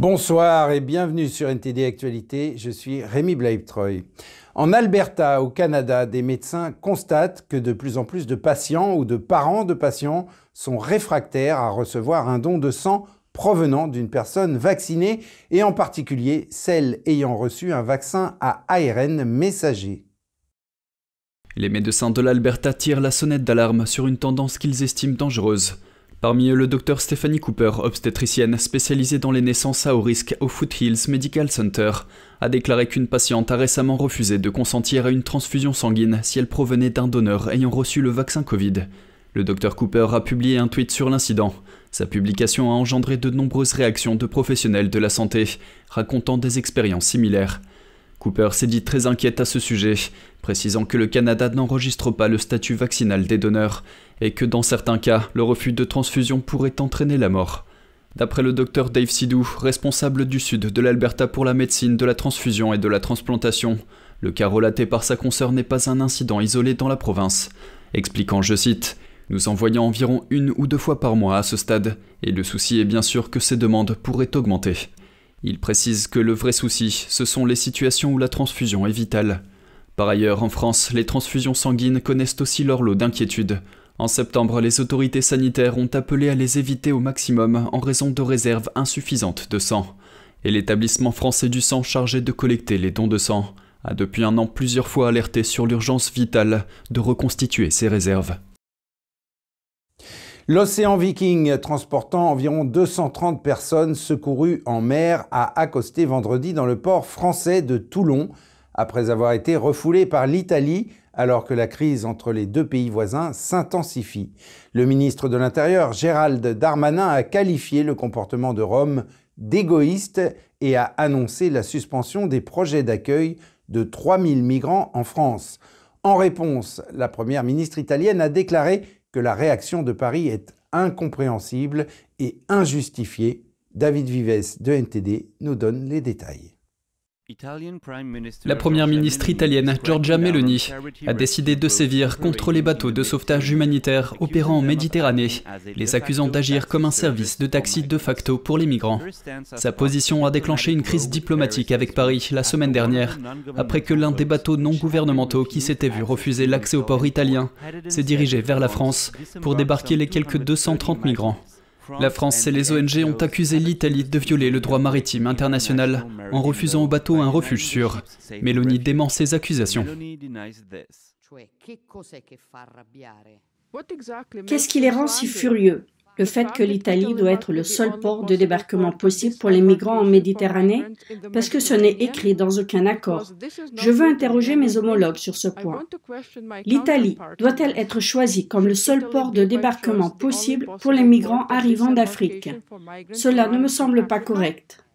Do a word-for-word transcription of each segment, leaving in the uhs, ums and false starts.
Bonsoir et bienvenue sur N T D Actualité, je suis Rémi Blaibtreu. En Alberta, au Canada, des médecins constatent que de plus en plus de patients ou de parents de patients sont réfractaires à recevoir un don de sang provenant d'une personne vaccinée et en particulier celle ayant reçu un vaccin à A R N messager. Les médecins de l'Alberta tirent la sonnette d'alarme sur une tendance qu'ils estiment dangereuse. Parmi eux, le docteur Stephanie Cooper, obstétricienne spécialisée dans les naissances à haut risque au Foothills Medical Center, a déclaré qu'une patiente a récemment refusé de consentir à une transfusion sanguine si elle provenait d'un donneur ayant reçu le vaccin Covid. Le docteur Cooper a publié un tweet sur l'incident. Sa publication a engendré de nombreuses réactions de professionnels de la santé, racontant des expériences similaires. Cooper s'est dit très inquiète à ce sujet, précisant que le Canada n'enregistre pas le statut vaccinal des donneurs et que dans certains cas, le refus de transfusion pourrait entraîner la mort. D'après le docteur Dave Sidhu, responsable du sud de l'Alberta pour la médecine de la transfusion et de la transplantation, le cas relaté par sa consoeur n'est pas un incident isolé dans la province, expliquant, je cite, « Nous en voyons environ une ou deux fois par mois à ce stade, et le souci est bien sûr que ces demandes pourraient augmenter. » Il précise que le vrai souci, ce sont les situations où la transfusion est vitale. Par ailleurs, en France, les transfusions sanguines connaissent aussi leur lot d'inquiétudes. En septembre, les autorités sanitaires ont appelé à les éviter au maximum en raison de réserves insuffisantes de sang. Et l'établissement français du sang chargé de collecter les dons de sang a depuis un an plusieurs fois alerté sur l'urgence vitale de reconstituer ces réserves. L'Océan Viking, transportant environ deux cent trente personnes secourues en mer, a accosté vendredi dans le port français de Toulon, après avoir été refoulé par l'Italie, alors que la crise entre les deux pays voisins s'intensifie. Le ministre de l'Intérieur, Gérald Darmanin, a qualifié le comportement de Rome d'égoïste et a annoncé la suspension des projets d'accueil de trois mille migrants en France. En réponse, la première ministre italienne a déclaré que la réaction de Paris est incompréhensible et injustifiée. David Vives de N T D nous donne les détails. La première ministre italienne, Giorgia Meloni, a décidé de sévir contre les bateaux de sauvetage humanitaire opérant en Méditerranée, les accusant d'agir comme un service de taxi de facto pour les migrants. Sa position a déclenché une crise diplomatique avec Paris la semaine dernière, après que l'un des bateaux non gouvernementaux qui s'était vu refuser l'accès au port italien s'est dirigé vers la France pour débarquer les quelques deux cent trente migrants. La France et les O N G ont accusé l'Italie de violer le droit maritime international en refusant aux bateaux un refuge sûr. Meloni dément ces accusations. Qu'est-ce qui les rend si furieux ? Le fait que l'Italie doit être le seul port de débarquement possible pour les migrants en Méditerranée, parce que ce n'est écrit dans aucun accord. Je veux interroger mes homologues sur ce point. L'Italie doit-elle être choisie comme le seul port de débarquement possible pour les migrants arrivant d'Afrique? Cela ne me semble pas correct.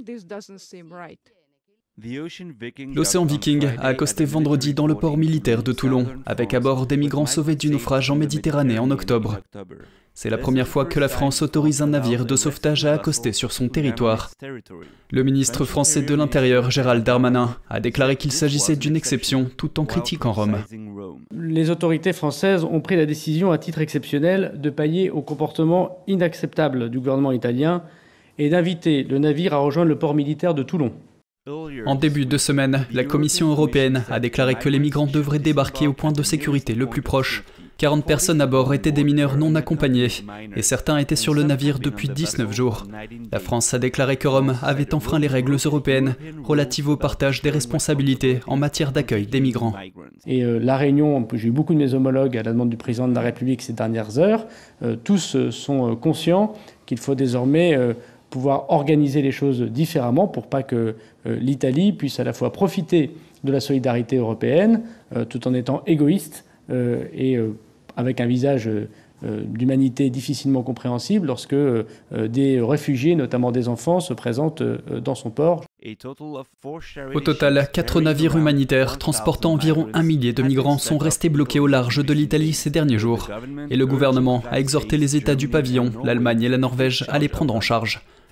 L'Océan Viking a accosté vendredi dans le port militaire de Toulon, avec à bord des migrants sauvés du naufrage en Méditerranée en octobre. C'est la première fois que la France autorise un navire de sauvetage à accoster sur son territoire. Le ministre français de l'Intérieur, Gérald Darmanin, a déclaré qu'il s'agissait d'une exception tout en critiquant Rome. Les autorités françaises ont pris la décision à titre exceptionnel de pallier au comportement inacceptable du gouvernement italien et d'inviter le navire à rejoindre le port militaire de Toulon. En début de semaine, la Commission européenne a déclaré que les migrants devraient débarquer au point de sécurité le plus proche. quarante personnes à bord étaient des mineurs non accompagnés et certains étaient sur le navire depuis dix-neuf jours. La France a déclaré que Rome avait enfreint les règles européennes relatives au partage des responsabilités en matière d'accueil des migrants. Et euh, la Réunion, j'ai eu beaucoup de mes homologues à la demande du président de la République ces dernières heures, euh, tous euh, sont euh, conscients qu'il faut désormais euh, pouvoir organiser les choses différemment pour pas que euh, l'Italie puisse à la fois profiter de la solidarité européenne euh, tout en étant égoïste euh, et euh, avec un visage euh, d'humanité difficilement compréhensible lorsque euh, des réfugiés, notamment des enfants, se présentent euh, dans son port. Au total, quatre navires humanitaires transportant environ un millier de migrants sont restés bloqués au large de l'Italie ces derniers jours. Et le gouvernement a exhorté les États du pavillon, l'Allemagne et la Norvège, à les prendre en charge.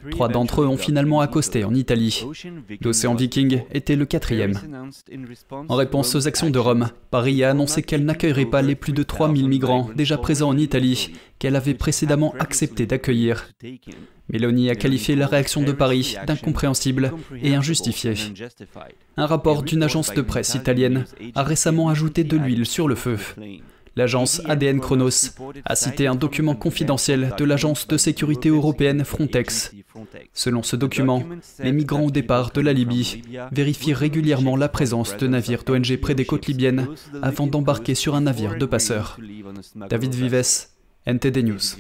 Trois d'entre eux ont finalement accosté en Italie. L'Océan Viking était le quatrième. En réponse aux actions de Rome, Paris a annoncé qu'elle n'accueillerait pas les plus de trois mille migrants déjà présents en Italie, qu'elle avait précédemment accepté d'accueillir. Meloni a qualifié la réaction de Paris d'incompréhensible et injustifiée. Un rapport d'une agence de presse italienne a récemment ajouté de l'huile sur le feu. L'agence A D N Chronos a cité un document confidentiel de l'agence de sécurité européenne Frontex. Selon ce document, les migrants au départ de la Libye vérifient régulièrement la présence de navires d'O N G près des côtes libyennes avant d'embarquer sur un navire de passeurs. David Vives, N T D News.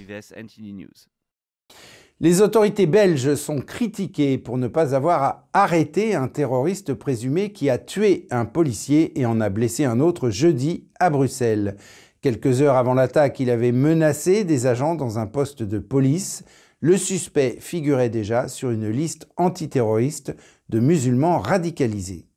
Les autorités belges sont critiquées pour ne pas avoir arrêté un terroriste présumé qui a tué un policier et en a blessé un autre jeudi à Bruxelles. Quelques heures avant l'attaque, il avait menacé des agents dans un poste de police. Le suspect figurait déjà sur une liste antiterroriste de musulmans radicalisés.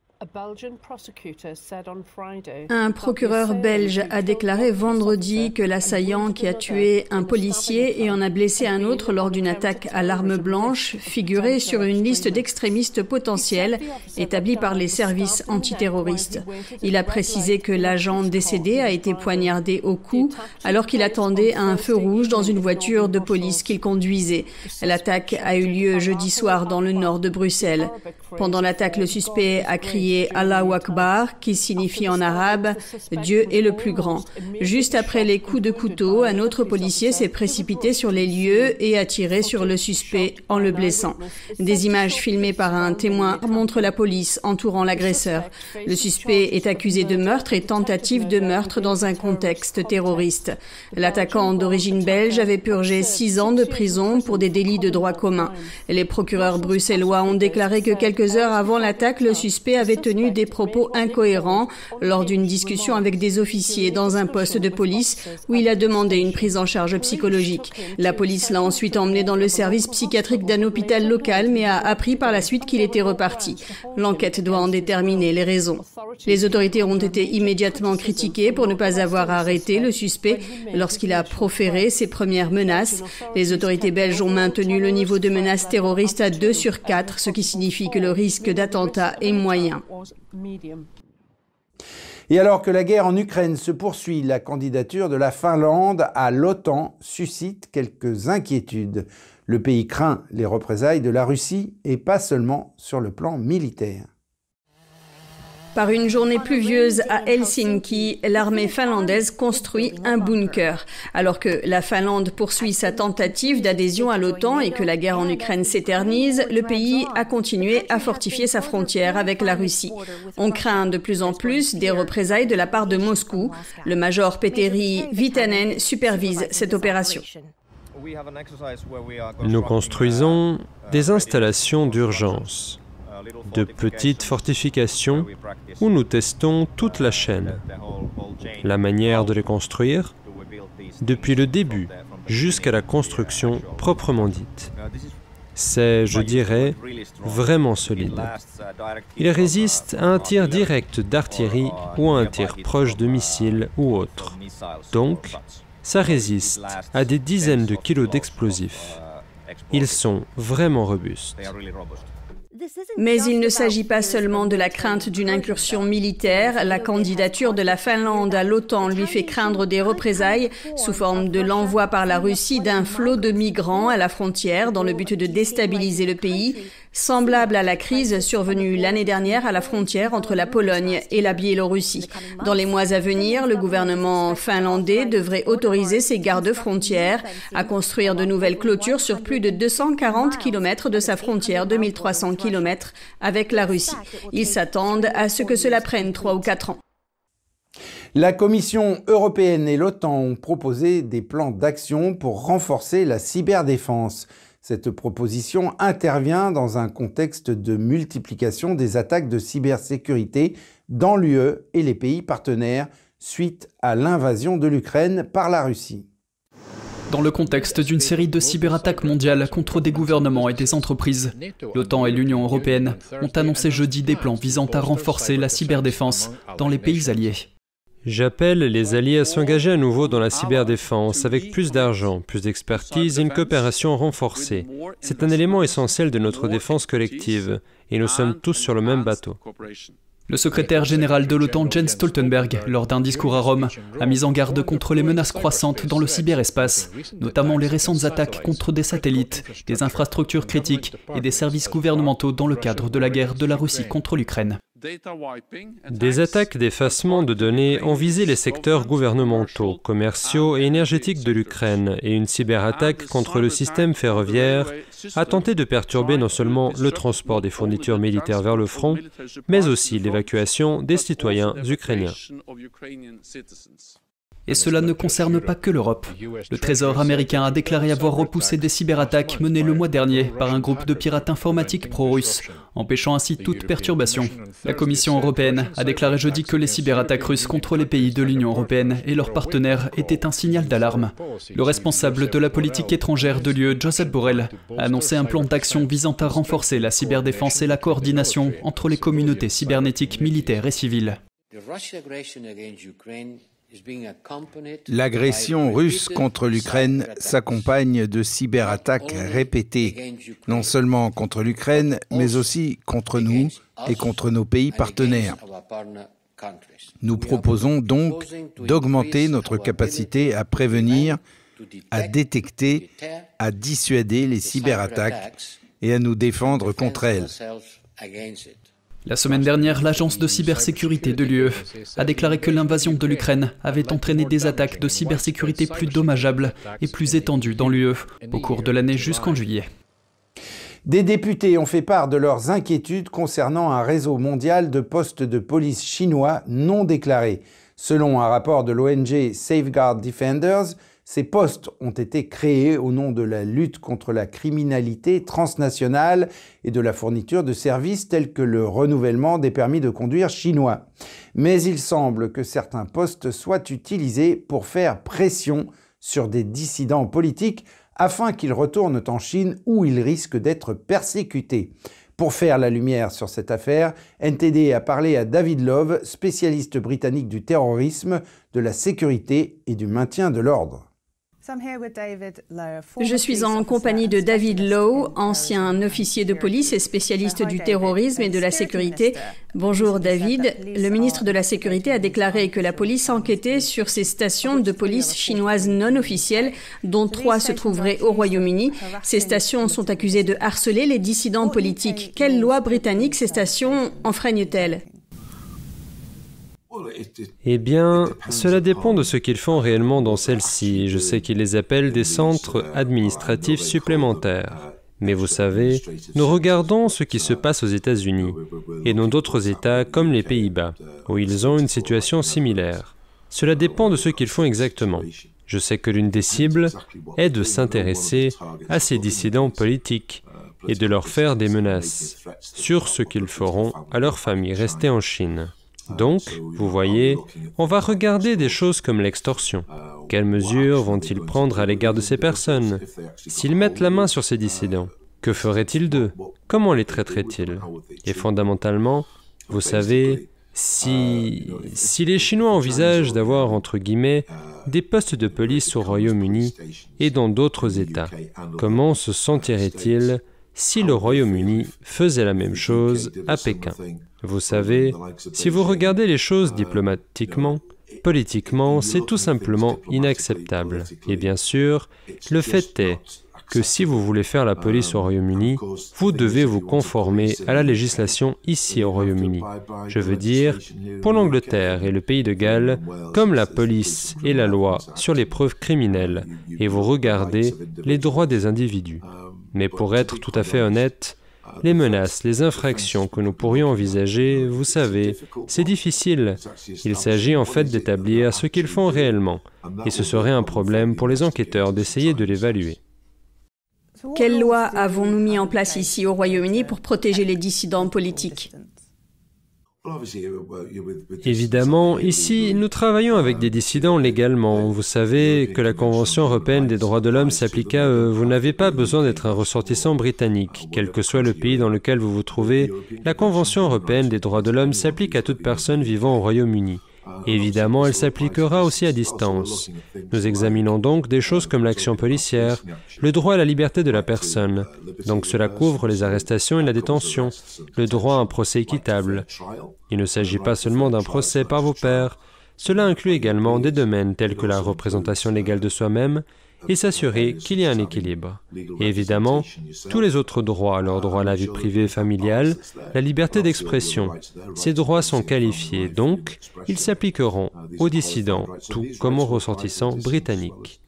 Un procureur belge a déclaré vendredi que l'assaillant qui a tué un policier et en a blessé un autre lors d'une attaque à l'arme blanche figurait sur une liste d'extrémistes potentiels établie par les services antiterroristes. Il a précisé que l'agent décédé a été poignardé au cou alors qu'il attendait à un feu rouge dans une voiture de police qu'il conduisait. L'attaque a eu lieu jeudi soir dans le nord de Bruxelles. Pendant l'attaque, le suspect a crié Allahu Akbar, qui signifie en arabe « Dieu est le plus grand ». Juste après les coups de couteau, un autre policier s'est précipité sur les lieux et a tiré sur le suspect en le blessant. Des images filmées par un témoin montrent la police entourant l'agresseur. Le suspect est accusé de meurtre et tentative de meurtre dans un contexte terroriste. L'attaquant d'origine belge avait purgé six ans de prison pour des délits de droit commun. Les procureurs bruxellois ont déclaré que quelques heures avant l'attaque, le suspect avait tenu des propos incohérents lors d'une discussion avec des officiers dans un poste de police où il a demandé une prise en charge psychologique. La police l'a ensuite emmené dans le service psychiatrique d'un hôpital local mais a appris par la suite qu'il était reparti. L'enquête doit en déterminer les raisons. Les autorités ont été immédiatement critiquées pour ne pas avoir arrêté le suspect lorsqu'il a proféré ses premières menaces. Les autorités belges ont maintenu le niveau de menace terroriste à deux sur quatre, ce qui signifie que le risque d'attentat est moyen. Et alors que la guerre en Ukraine se poursuit, la candidature de la Finlande à l'OTAN suscite quelques inquiétudes. Le pays craint les représailles de la Russie et pas seulement sur le plan militaire. Par une journée pluvieuse à Helsinki, l'armée finlandaise construit un bunker. Alors que la Finlande poursuit sa tentative d'adhésion à l'OTAN et que la guerre en Ukraine s'éternise, le pays a continué à fortifier sa frontière avec la Russie. On craint de plus en plus des représailles de la part de Moscou. Le major Petteri Vitanen supervise cette opération. Nous construisons des installations d'urgence, de petites fortifications où nous testons toute la chaîne, la manière de les construire, depuis le début jusqu'à la construction proprement dite. C'est, je dirais, vraiment solide. Il résiste à un tir direct d'artillerie ou à un tir proche de missiles ou autre. Donc, ça résiste à des dizaines de kilos d'explosifs. Ils sont vraiment robustes. Mais il ne s'agit pas seulement de la crainte d'une incursion militaire. La candidature de la Finlande à l'OTAN lui fait craindre des représailles sous forme de l'envoi par la Russie d'un flot de migrants à la frontière dans le but de déstabiliser le pays, semblable à la crise survenue l'année dernière à la frontière entre la Pologne et la Biélorussie. Dans les mois à venir, le gouvernement finlandais devrait autoriser ses gardes-frontières à construire de nouvelles clôtures sur plus de deux cent quarante kilomètres de sa frontière de mille trois cents kilomètres avec la Russie. Ils s'attendent à ce que cela prenne trois ou quatre ans. La Commission européenne et l'OTAN ont proposé des plans d'action pour renforcer la cyberdéfense. Cette proposition intervient dans un contexte de multiplication des attaques de cybersécurité dans l'U E et les pays partenaires suite à l'invasion de l'Ukraine par la Russie. Dans le contexte d'une série de cyberattaques mondiales contre des gouvernements et des entreprises, l'OTAN et l'Union européenne ont annoncé jeudi des plans visant à renforcer la cyberdéfense dans les pays alliés. J'appelle les alliés à s'engager à nouveau dans la cyberdéfense avec plus d'argent, plus d'expertise et une coopération renforcée. C'est un élément essentiel de notre défense collective et nous sommes tous sur le même bateau. Le secrétaire général de l'OTAN, Jens Stoltenberg, lors d'un discours à Rome, a mis en garde contre les menaces croissantes dans le cyberespace, notamment les récentes attaques contre des satellites, des infrastructures critiques et des services gouvernementaux dans le cadre de la guerre de la Russie contre l'Ukraine. Des attaques d'effacement de données ont visé les secteurs gouvernementaux, commerciaux et énergétiques de l'Ukraine et une cyberattaque contre le système ferroviaire a tenté de perturber non seulement le transport des fournitures militaires vers le front, mais aussi l'évacuation des citoyens ukrainiens. Et cela ne concerne pas que l'Europe. Le Trésor américain a déclaré avoir repoussé des cyberattaques menées le mois dernier par un groupe de pirates informatiques pro-russes, empêchant ainsi toute perturbation. La Commission européenne a déclaré jeudi que les cyberattaques russes contre les pays de l'Union européenne et leurs partenaires étaient un signal d'alarme. Le responsable de la politique étrangère de l'U E, Josep Borrell, a annoncé un plan d'action visant à renforcer la cyberdéfense et la coordination entre les communautés cybernétiques militaires et civiles. L'agression russe contre l'Ukraine s'accompagne de cyberattaques répétées, non seulement contre l'Ukraine, mais aussi contre nous et contre nos pays partenaires. Nous proposons donc d'augmenter notre capacité à prévenir, à détecter, à dissuader les cyberattaques et à nous défendre contre elles. La semaine dernière, l'agence de cybersécurité de l'U E a déclaré que l'invasion de l'Ukraine avait entraîné des attaques de cybersécurité plus dommageables et plus étendues dans l'U E au cours de l'année jusqu'en juillet. Des députés ont fait part de leurs inquiétudes concernant un réseau mondial de postes de police chinois non déclarés. Selon un rapport de l'O N G Safeguard Defenders, ces postes ont été créés au nom de la lutte contre la criminalité transnationale et de la fourniture de services tels que le renouvellement des permis de conduire chinois. Mais il semble que certains postes soient utilisés pour faire pression sur des dissidents politiques afin qu'ils retournent en Chine où ils risquent d'être persécutés. Pour faire la lumière sur cette affaire, N T D a parlé à David Love, spécialiste britannique du terrorisme, de la sécurité et du maintien de l'ordre. Je suis en compagnie de David Lowe, ancien officier de police et spécialiste du terrorisme et de la sécurité. Bonjour David. Le ministre de la Sécurité a déclaré que la police enquêtait sur ces stations de police chinoises non officielles, dont trois se trouveraient au Royaume-Uni. Ces stations sont accusées de harceler les dissidents politiques. Quelle loi britannique ces stations enfreignent-elles ? Eh bien, cela dépend de ce qu'ils font réellement dans celles-ci. Je sais qu'ils les appellent des centres administratifs supplémentaires. Mais vous savez, nous regardons ce qui se passe aux États-Unis et dans d'autres États comme les Pays-Bas, où ils ont une situation similaire. Cela dépend de ce qu'ils font exactement. Je sais que l'une des cibles est de s'intéresser à ces dissidents politiques et de leur faire des menaces sur ce qu'ils feront à leurs familles restées en Chine. Donc, vous voyez, on va regarder des choses comme l'extorsion. Quelles mesures vont-ils prendre à l'égard de ces personnes? S'ils mettent la main sur ces dissidents, que feraient-ils d'eux? Comment les traiteraient-ils? Et fondamentalement, vous savez, si, si les Chinois envisagent d'avoir, entre guillemets, des postes de police au Royaume-Uni et dans d'autres États, comment se sentiraient-ils si le Royaume-Uni faisait la même chose à Pékin? Vous savez, si vous regardez les choses diplomatiquement, politiquement, c'est tout simplement inacceptable. Et bien sûr, le fait est que si vous voulez faire la police au Royaume-Uni, vous devez vous conformer à la législation ici au Royaume-Uni. Je veux dire, pour l'Angleterre et le pays de Galles, comme la police et la loi sur les preuves criminelles, et vous regardez les droits des individus. Mais pour être tout à fait honnête, les menaces, les infractions que nous pourrions envisager, vous savez, c'est difficile. Il s'agit en fait d'établir ce qu'ils font réellement, et ce serait un problème pour les enquêteurs d'essayer de l'évaluer. Quelle loi avons-nous mis en place ici au Royaume-Uni pour protéger les dissidents politiques ? Évidemment, ici, nous travaillons avec des dissidents légalement. Vous savez que la Convention européenne des droits de l'homme s'applique à eux. Vous n'avez pas besoin d'être un ressortissant britannique. Quel que soit le pays dans lequel vous vous trouvez, la Convention européenne des droits de l'homme s'applique à toute personne vivant au Royaume-Uni. Évidemment, elle s'appliquera aussi à distance. Nous examinons donc des choses comme l'action policière, le droit à la liberté de la personne. Donc cela couvre les arrestations et la détention, le droit à un procès équitable. Il ne s'agit pas seulement d'un procès par vos pairs. Cela inclut également des domaines tels que la représentation légale de soi-même et s'assurer qu'il y a un équilibre. Et évidemment, tous les autres droits, leur droit à la vie privée et familiale, la liberté d'expression, ces droits sont qualifiés, donc ils s'appliqueront aux dissidents, tout comme aux ressortissants britanniques.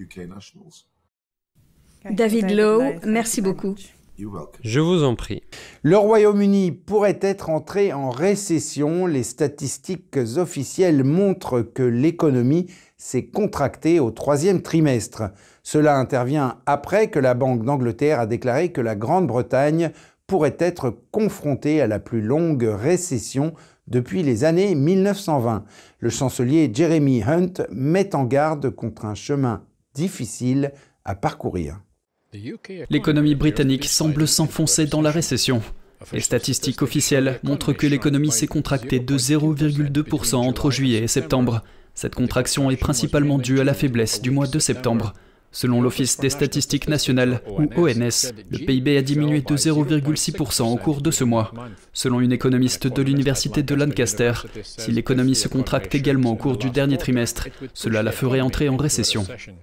David Lowe, merci beaucoup. Je vous en prie. Le Royaume-Uni pourrait être entré en récession. Les statistiques officielles montrent que l'économie s'est contractée au troisième trimestre. Cela intervient après que la Banque d'Angleterre a déclaré que la Grande-Bretagne pourrait être confrontée à la plus longue récession depuis les années mille neuf cent vingt. Le chancelier Jeremy Hunt met en garde contre un chemin difficile à parcourir. L'économie britannique semble s'enfoncer dans la récession. Les statistiques officielles montrent que l'économie s'est contractée de zéro virgule deux pour cent entre juillet et septembre. Cette contraction est principalement due à la faiblesse du mois de septembre. Selon l'Office des statistiques nationales, ou O N S, le P I B a diminué de zéro virgule six pour cent au cours de ce mois. Selon une économiste de l'université de Lancaster, si l'économie se contracte également au cours du dernier trimestre, cela la ferait entrer en récession.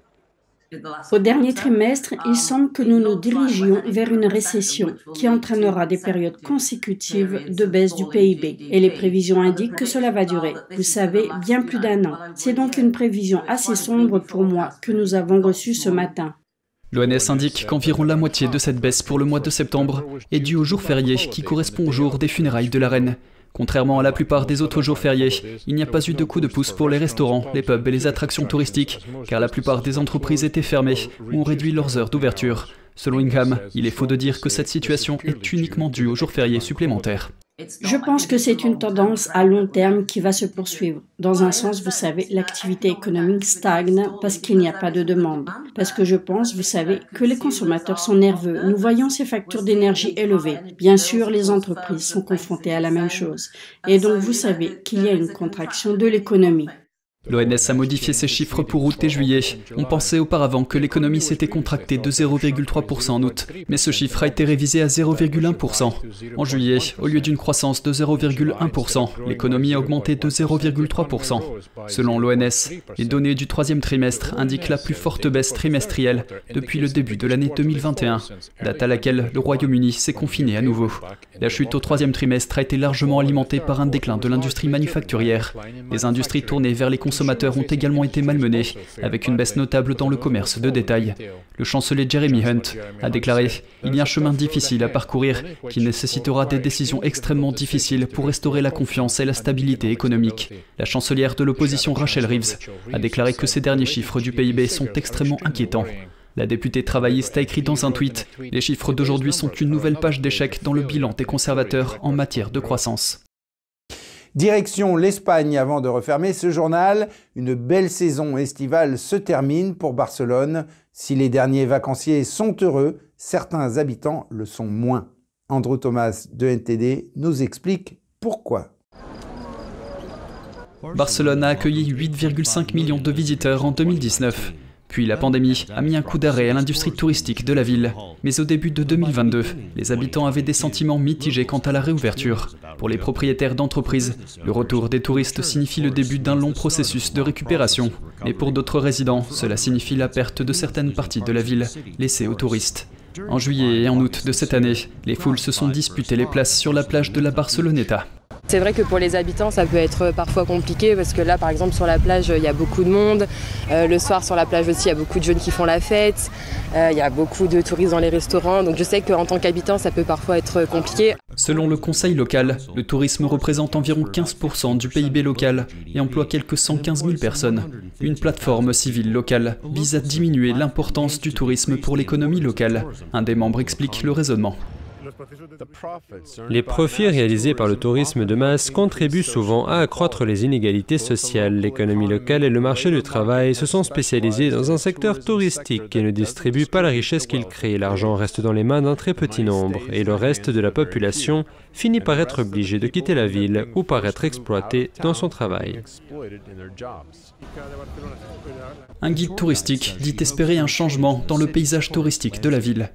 Au dernier trimestre, il semble que nous nous dirigions vers une récession qui entraînera des périodes consécutives de baisse du P I B. Et les prévisions indiquent que cela va durer, vous savez, bien plus d'un an. C'est donc une prévision assez sombre pour moi que nous avons reçue ce matin. L'O N S indique qu'environ la moitié de cette baisse pour le mois de septembre est due au jour férié qui correspond au jour des funérailles de la reine. Contrairement à la plupart des autres jours fériés, il n'y a pas eu de coup de pouce pour les restaurants, les pubs et les attractions touristiques, car la plupart des entreprises étaient fermées ou ont réduit leurs heures d'ouverture. Selon Ingham, il est faux de dire que cette situation est uniquement due aux jours fériés supplémentaires. Je pense que c'est une tendance à long terme qui va se poursuivre. Dans un sens, vous savez, l'activité économique stagne parce qu'il n'y a pas de demande. Parce que je pense, vous savez, que les consommateurs sont nerveux. Nous voyons ces factures d'énergie élevées. Bien sûr, les entreprises sont confrontées à la même chose. Et donc, vous savez qu'il y a une contraction de l'économie. L'O N S a modifié ses chiffres pour août et juillet. On pensait auparavant que l'économie s'était contractée de zéro virgule trois pour cent en août, mais ce chiffre a été révisé à zéro virgule un pour cent. En juillet, au lieu d'une croissance de zéro virgule un pour cent, l'économie a augmenté de zéro virgule trois pour cent. Selon l'O N S, les données du troisième trimestre indiquent la plus forte baisse trimestrielle depuis le début de l'année deux mille vingt et un, date à laquelle le Royaume-Uni s'est confiné à nouveau. La chute au troisième trimestre a été largement alimentée par un déclin de l'industrie manufacturière. Les industries tournées vers les consommateurs Les consommateurs ont également été malmenés, avec une baisse notable dans le commerce de détail. Le chancelier Jeremy Hunt a déclaré « Il y a un chemin difficile à parcourir qui nécessitera des décisions extrêmement difficiles pour restaurer la confiance et la stabilité économique. » La chancelière de l'opposition Rachel Reeves a déclaré que ces derniers chiffres du P I B sont extrêmement inquiétants. La députée travailliste a écrit dans un tweet « Les chiffres d'aujourd'hui sont une nouvelle page d'échec dans le bilan des conservateurs en matière de croissance. » Direction l'Espagne avant de refermer ce journal. Une belle saison estivale se termine pour Barcelone. Si les derniers vacanciers sont heureux, certains habitants le sont moins. Andrew Thomas de N T D nous explique pourquoi. Barcelone a accueilli huit virgule cinq millions de visiteurs en deux mille dix-neuf. Puis la pandémie a mis un coup d'arrêt à l'industrie touristique de la ville. Mais au début de deux mille vingt-deux, les habitants avaient des sentiments mitigés quant à la réouverture. Pour les propriétaires d'entreprises, le retour des touristes signifie le début d'un long processus de récupération. Mais pour d'autres résidents, cela signifie la perte de certaines parties de la ville, laissées aux touristes. En juillet et en août de cette année, les foules se sont disputées les places sur la plage de la Barceloneta. C'est vrai que pour les habitants, ça peut être parfois compliqué parce que là, par exemple, sur la plage, il y a beaucoup de monde. Euh, le soir, sur la plage aussi, il y a beaucoup de jeunes qui font la fête. Euh, il y a beaucoup de touristes dans les restaurants. Donc je sais qu'en tant qu'habitant, ça peut parfois être compliqué. Selon le conseil local, le tourisme représente environ quinze pour cent du P I B local et emploie quelques cent quinze mille personnes. Une plateforme civile locale vise à diminuer l'importance du tourisme pour l'économie locale. Un des membres explique le raisonnement. Les profits réalisés par le tourisme de masse contribuent souvent à accroître les inégalités sociales. L'économie locale et le marché du travail se sont spécialisés dans un secteur touristique qui ne distribue pas la richesse qu'il crée. L'argent reste dans les mains d'un très petit nombre et le reste de la population finit par être obligé de quitter la ville ou par être exploité dans son travail. Un guide touristique dit espérer un changement dans le paysage touristique de la ville.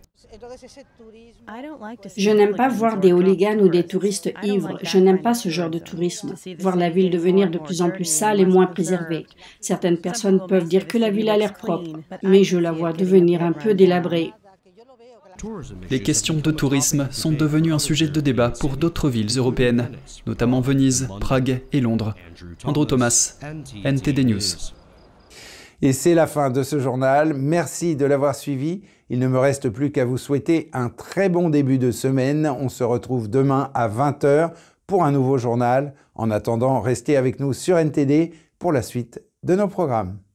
Je n'aime pas voir des hooligans ou des touristes ivres. Je n'aime pas ce genre de tourisme. Voir la ville devenir de plus en plus sale et moins préservée. Certaines personnes peuvent dire que la ville a l'air propre, mais je la vois devenir un peu délabrée. Les questions de tourisme sont devenues un sujet de débat pour d'autres villes européennes, notamment Venise, Prague et Londres. Andrew Thomas, N T D News. Et c'est la fin de ce journal. Merci de l'avoir suivi. Il ne me reste plus qu'à vous souhaiter un très bon début de semaine. On se retrouve demain à vingt heures pour un nouveau journal. En attendant, restez avec nous sur N T D pour la suite de nos programmes.